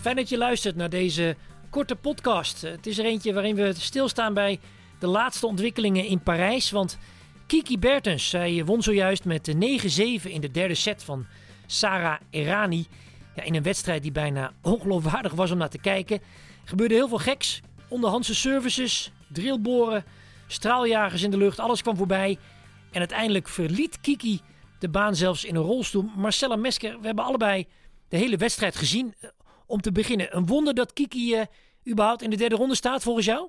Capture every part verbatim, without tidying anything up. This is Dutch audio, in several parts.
Fijn dat je luistert naar deze korte podcast. Het is er eentje waarin we stilstaan bij de laatste ontwikkelingen in Parijs. Want Kiki Bertens, zij won zojuist met negen zeven in de derde set van Sara Errani. Ja, in een wedstrijd die bijna ongeloofwaardig was om naar te kijken. Er gebeurde heel veel geks. Onderhandse services, drillboren, straaljagers in de lucht. Alles kwam voorbij. En uiteindelijk verliet Kiki de baan zelfs in een rolstoel. Marcella Mesker, we hebben allebei de hele wedstrijd gezien. Om te beginnen, een wonder dat Kiki uh, überhaupt in de derde ronde staat volgens jou?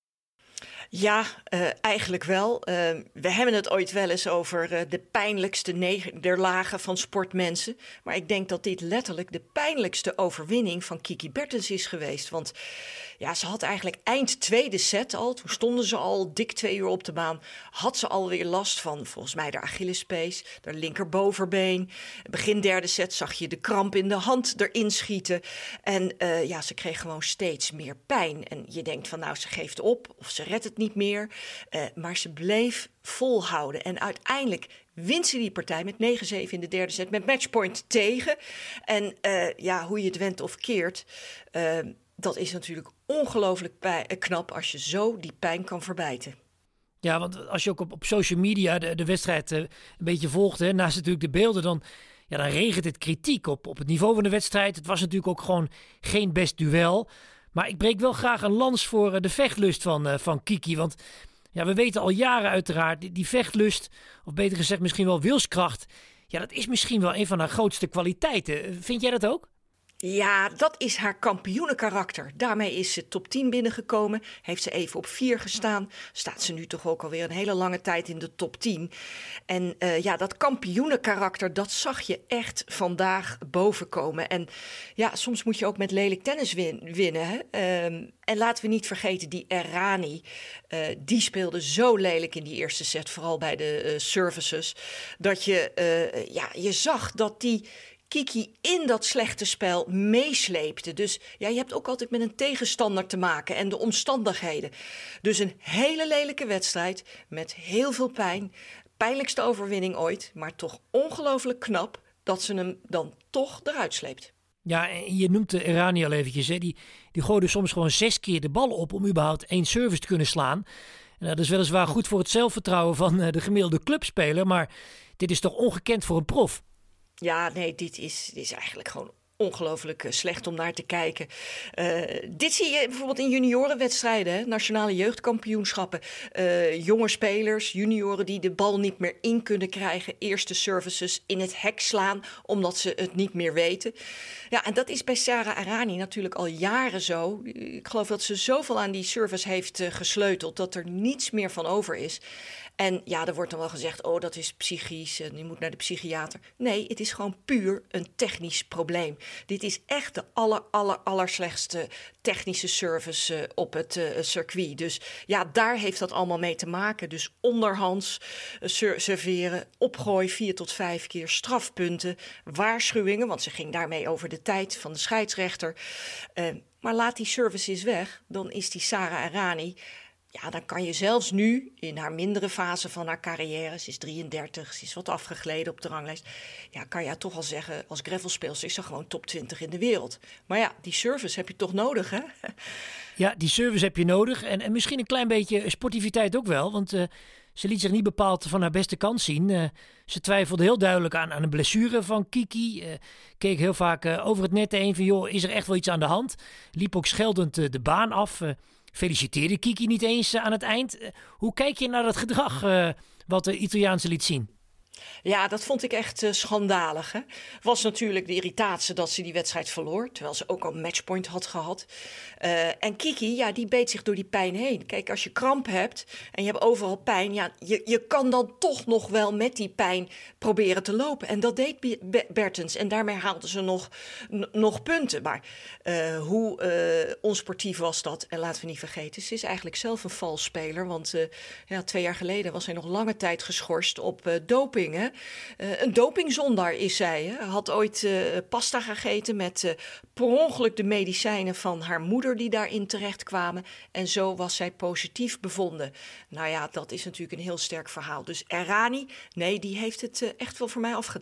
Ja, uh, eigenlijk wel. Uh, we hebben het ooit wel eens over uh, de pijnlijkste nederlagen van sportmensen. Maar ik denk dat dit letterlijk de pijnlijkste overwinning van Kiki Bertens is geweest. Want ja, ze had eigenlijk eind tweede set al, toen stonden ze al dik twee uur op de baan, had ze alweer last van volgens mij de Achillespees, de linkerbovenbeen. Begin derde set zag je de kramp in de hand erin schieten. En uh, ja, ze kreeg gewoon steeds meer pijn. En je denkt van nou, ze geeft op of ze redt het niet meer. Uh, maar ze bleef volhouden. En uiteindelijk wint ze die partij met negen zeven in de derde set met matchpoint tegen. En uh, ja, hoe je het went of keert, uh, dat is natuurlijk ongelooflijk pij- knap als je zo die pijn kan verbijten. Ja, want als je ook op, op social media de, de wedstrijd uh, een beetje volgt, hè, naast natuurlijk de beelden, dan, ja, dan regent het kritiek op, op het niveau van de wedstrijd. Het was natuurlijk ook gewoon geen best duel. Maar ik breek wel graag een lans voor uh, de vechtlust van, uh, van Kiki. Want ja, we weten al jaren uiteraard, die, die vechtlust, of beter gezegd misschien wel wilskracht, ja, dat is misschien wel een van haar grootste kwaliteiten. Vind jij dat ook? Ja, dat is haar kampioenenkarakter. Daarmee is ze top tien binnengekomen. Heeft ze even op vier gestaan. Staat ze nu toch ook alweer een hele lange tijd in de top tien. En uh, ja, dat kampioenenkarakter, dat zag je echt vandaag bovenkomen. En ja, soms moet je ook met lelijk tennis win- winnen. Hè? Um, en laten we niet vergeten, die Errani, uh, die speelde zo lelijk in die eerste set. Vooral bij de uh, services. Dat je, uh, ja, je zag dat die Kiki in dat slechte spel meesleepte. Dus ja, je hebt ook altijd met een tegenstander te maken en de omstandigheden. Dus een hele lelijke wedstrijd met heel veel pijn. Pijnlijkste overwinning ooit, maar toch ongelooflijk knap dat ze hem dan toch eruit sleept. Ja, en je noemt de Errani al eventjes. Hè. Die, die gooide soms gewoon zes keer de bal op om überhaupt één service te kunnen slaan. En dat is weliswaar goed voor het zelfvertrouwen van de gemiddelde clubspeler, maar dit is toch ongekend voor een prof? Ja, nee, dit is, dit is eigenlijk gewoon ongelooflijk slecht om naar te kijken. Uh, dit zie je bijvoorbeeld in juniorenwedstrijden, hè? Nationale jeugdkampioenschappen. Uh, jonge spelers, junioren die de bal niet meer in kunnen krijgen. Eerste services in het hek slaan, omdat ze het niet meer weten. Ja, en dat is bij Sara Errani natuurlijk al jaren zo. Ik geloof dat ze zoveel aan die service heeft uh, gesleuteld, dat er niets meer van over is. En ja, er wordt dan wel gezegd, oh, dat is psychisch en je moet naar de psychiater. Nee, het is gewoon puur een technisch probleem. Dit is echt de aller, aller, aller slechtste technische service uh, op het uh, circuit. Dus ja, daar heeft dat allemaal mee te maken. Dus onderhands uh, ser- serveren, opgooi vier tot vijf keer, strafpunten, waarschuwingen, want ze ging daarmee over de tijd van de scheidsrechter. Uh, maar laat die services weg, dan is die Sara Errani. Ja, dan kan je zelfs nu, in haar mindere fase van haar carrière, ze is drieëndertig, ze is wat afgegleden op de ranglijst, ja, kan je toch al zeggen, als gravelspeelster is ze gewoon top twintig in de wereld. Maar ja, die service heb je toch nodig, hè? Ja, die service heb je nodig en, en misschien een klein beetje sportiviteit ook wel, want uh, ze liet zich niet bepaald van haar beste kant zien. Uh, ze twijfelde heel duidelijk aan, aan een blessure van Kiki, uh, keek heel vaak uh, over het net heen van, joh, is er echt wel iets aan de hand? Liep ook scheldend uh, de baan af. Uh, Feliciteerde Kiki niet eens uh, aan het eind. Uh, hoe kijk je naar dat gedrag uh, wat de Italiaanse liet zien? Ja, dat vond ik echt uh, schandalig. Hè? Was natuurlijk de irritatie dat ze die wedstrijd verloor, terwijl ze ook al matchpoint had gehad. Uh, en Kiki, ja, die beet zich door die pijn heen. Kijk, als je kramp hebt en je hebt overal pijn, ja, je, je kan dan toch nog wel met die pijn proberen te lopen. En dat deed Be- Bertens. En daarmee haalden ze nog, n- nog punten. Maar uh, hoe uh, onsportief was dat? En laten we niet vergeten, ze is eigenlijk zelf een vals speler. Want uh, ja, twee jaar geleden was hij nog lange tijd geschorst op uh, doping. Hè? Uh, een dopingzondaar is zij. Hè? Had ooit uh, pasta gegeten met uh, per ongeluk de medicijnen van haar moeder die daarin terecht kwamen. En zo was zij positief bevonden. Nou ja, dat is natuurlijk een heel sterk verhaal. Dus Errani, nee, die heeft het uh, echt wel voor mij afgedaan.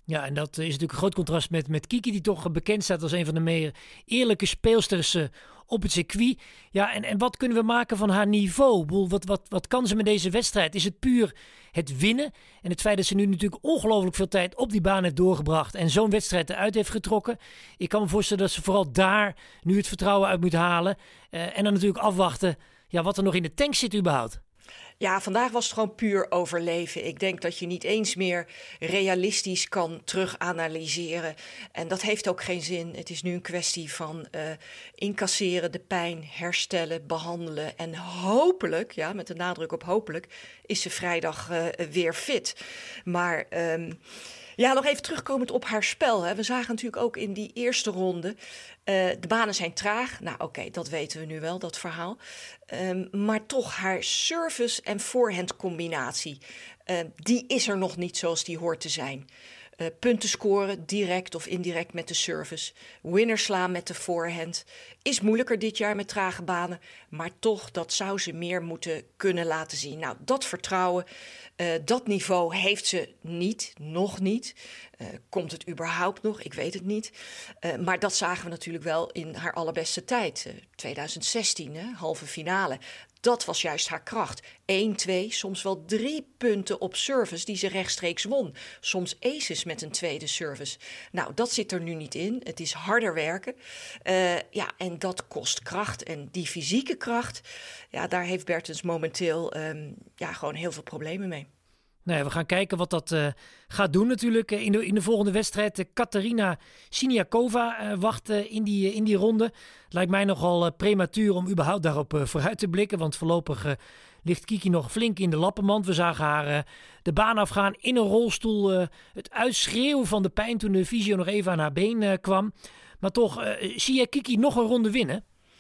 Ja, en dat is natuurlijk een groot contrast met, met Kiki, die toch bekend staat als een van de meer eerlijke speelsters uh, op het circuit. Ja, en, en wat kunnen we maken van haar niveau? Boel, wat, wat, wat kan ze met deze wedstrijd? Is het puur het winnen? En het feit dat ze nu natuurlijk ongelooflijk veel tijd op die baan heeft doorgebracht en zo'n wedstrijd eruit heeft getrokken. Ik kan me voorstellen dat ze vooral daar nu het vertrouwen uit moet halen. Uh, en dan natuurlijk afwachten ja, wat er nog in de tank zit überhaupt. Ja, vandaag was het gewoon puur overleven. Ik denk dat je niet eens meer realistisch kan teruganalyseren. En dat heeft ook geen zin. Het is nu een kwestie van uh, incasseren, de pijn, herstellen, behandelen. En hopelijk, ja, met de nadruk op hopelijk, is ze vrijdag uh, weer fit. Maar Um, Ja, nog even terugkomend op haar spel. Hè. We zagen natuurlijk ook in die eerste ronde, uh, de banen zijn traag. Nou oké, okay, dat weten we nu wel, dat verhaal. Um, maar toch haar service- en voorhandcombinatie, uh, die is er nog niet zoals die hoort te zijn. Uh, punten scoren, direct of indirect met de service. Winner slaan met de voorhand. Is moeilijker dit jaar met trage banen. Maar toch, dat zou ze meer moeten kunnen laten zien. Nou, dat vertrouwen, uh, dat niveau heeft ze niet, nog niet. Uh, komt het überhaupt nog? Ik weet het niet. Uh, maar dat zagen we natuurlijk wel in haar allerbeste tijd. Uh, twintig zestien, hè, halve finale. Dat was juist haar kracht. Eén, twee, soms wel drie punten op service die ze rechtstreeks won. Soms aces met een tweede service. Nou, dat zit er nu niet in. Het is harder werken. Uh, ja, en dat kost kracht. En die fysieke kracht, ja, daar heeft Bertens momenteel um, ja, gewoon heel veel problemen mee. Nou ja, we gaan kijken wat dat uh, gaat doen natuurlijk in de, in de volgende wedstrijd. Uh, Katarina Siniakova uh, wacht uh, in, die, uh, in die ronde. Lijkt mij nogal uh, prematuur om überhaupt daarop uh, vooruit te blikken. Want voorlopig uh, ligt Kiki nog flink in de lappenmand. We zagen haar uh, de baan afgaan in een rolstoel. Uh, het uitschreeuwen van de pijn toen de fysio nog even aan haar been uh, kwam. Maar toch, uh, zie jij Kiki nog een ronde winnen?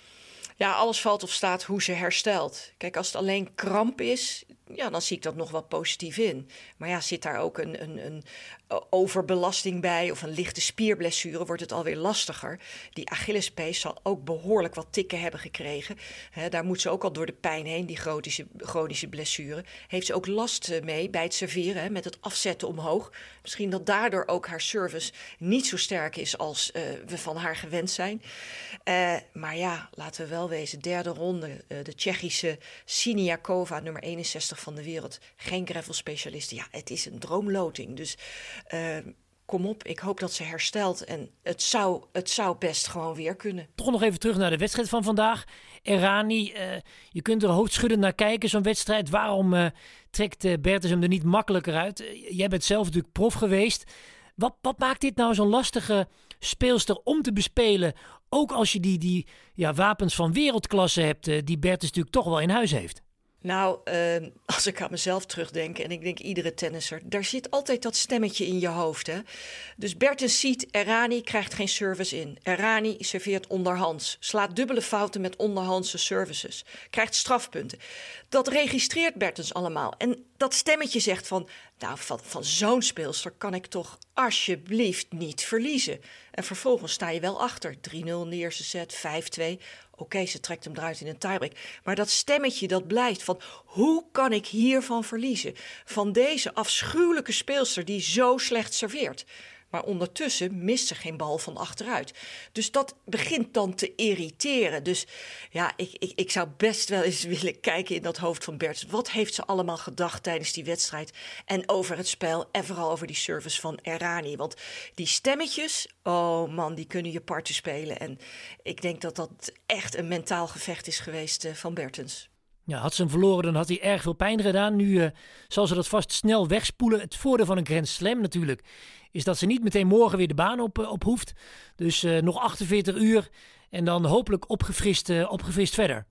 Ja, alles valt of staat hoe ze herstelt. Kijk, als het alleen kramp is, ja, dan zie ik dat nog wel positief in. Maar ja, zit daar ook een, een, een overbelasting bij of een lichte spierblessure, wordt het alweer lastiger. Die Achillespees zal ook behoorlijk wat tikken hebben gekregen. He, daar moet ze ook al door de pijn heen, die chronische, chronische blessure. Heeft ze ook last mee bij het serveren, he, met het afzetten omhoog. Misschien dat daardoor ook haar service niet zo sterk is als uh, we van haar gewend zijn. Uh, maar ja, laten we wel wezen, derde ronde, uh, de Tsjechische Siniakova, nummer eenenzestig van de wereld. Geen gravelspecialist. Ja, het is een droomloting. Dus uh, kom op, ik hoop dat ze herstelt. En het zou, het zou best gewoon weer kunnen. Toch nog even terug naar de wedstrijd van vandaag. Errani, uh, je kunt er hoofdschuddend naar kijken, zo'n wedstrijd. Waarom uh, trekt uh, Bertens hem er niet makkelijker uit? Uh, jij bent zelf natuurlijk prof geweest. Wat, wat maakt dit nou zo'n lastige speelster om te bespelen? Ook als je die, die ja, wapens van wereldklasse hebt, uh, die Bertens natuurlijk toch wel in huis heeft. Nou, uh, als ik aan mezelf terugdenk, en ik denk iedere tennisser, daar zit altijd dat stemmetje in je hoofd. Hè? Dus Bertens ziet, Errani krijgt geen service in. Errani serveert onderhands, slaat dubbele fouten met onderhandse services, krijgt strafpunten. Dat registreert Bertens allemaal. En dat stemmetje zegt van, nou, van, van zo'n speelster kan ik toch alsjeblieft niet verliezen. En vervolgens sta je wel achter. drie nul in de eerste set, vijf twee. Oké, okay, ze trekt hem eruit in een tiebreak. Maar dat stemmetje dat blijft van, hoe kan ik hiervan verliezen? Van deze afschuwelijke speelster die zo slecht serveert. Maar ondertussen mist ze geen bal van achteruit. Dus dat begint dan te irriteren. Dus ja, ik, ik, ik zou best wel eens willen kijken in dat hoofd van Bertens. Wat heeft ze allemaal gedacht tijdens die wedstrijd? En over het spel en vooral over die service van Errani. Want die stemmetjes, oh man, die kunnen je parten spelen. En ik denk dat dat echt een mentaal gevecht is geweest uh, van Bertens. Ja, had ze hem verloren, dan had hij erg veel pijn gedaan. Nu uh, zal ze dat vast snel wegspoelen. Het voordeel van een Grand Slam natuurlijk is dat ze niet meteen morgen weer de baan op, uh, op hoeft. Dus uh, nog achtenveertig uur en dan hopelijk opgefrist, uh, opgefrist verder.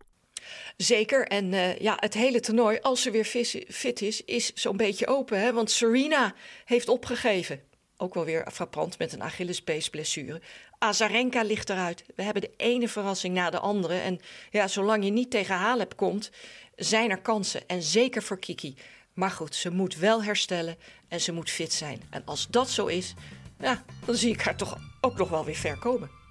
Zeker. En uh, ja, het hele toernooi, als ze weer fit is, is zo'n beetje open. Hè? Want Serena heeft opgegeven. Ook wel weer frappant met een Achillespeesblessure. Azarenka ligt eruit. We hebben de ene verrassing na de andere. En ja, zolang je niet tegen Halep komt, zijn er kansen. En zeker voor Kiki. Maar goed, ze moet wel herstellen en ze moet fit zijn. En als dat zo is, ja, dan zie ik haar toch ook nog wel weer ver komen.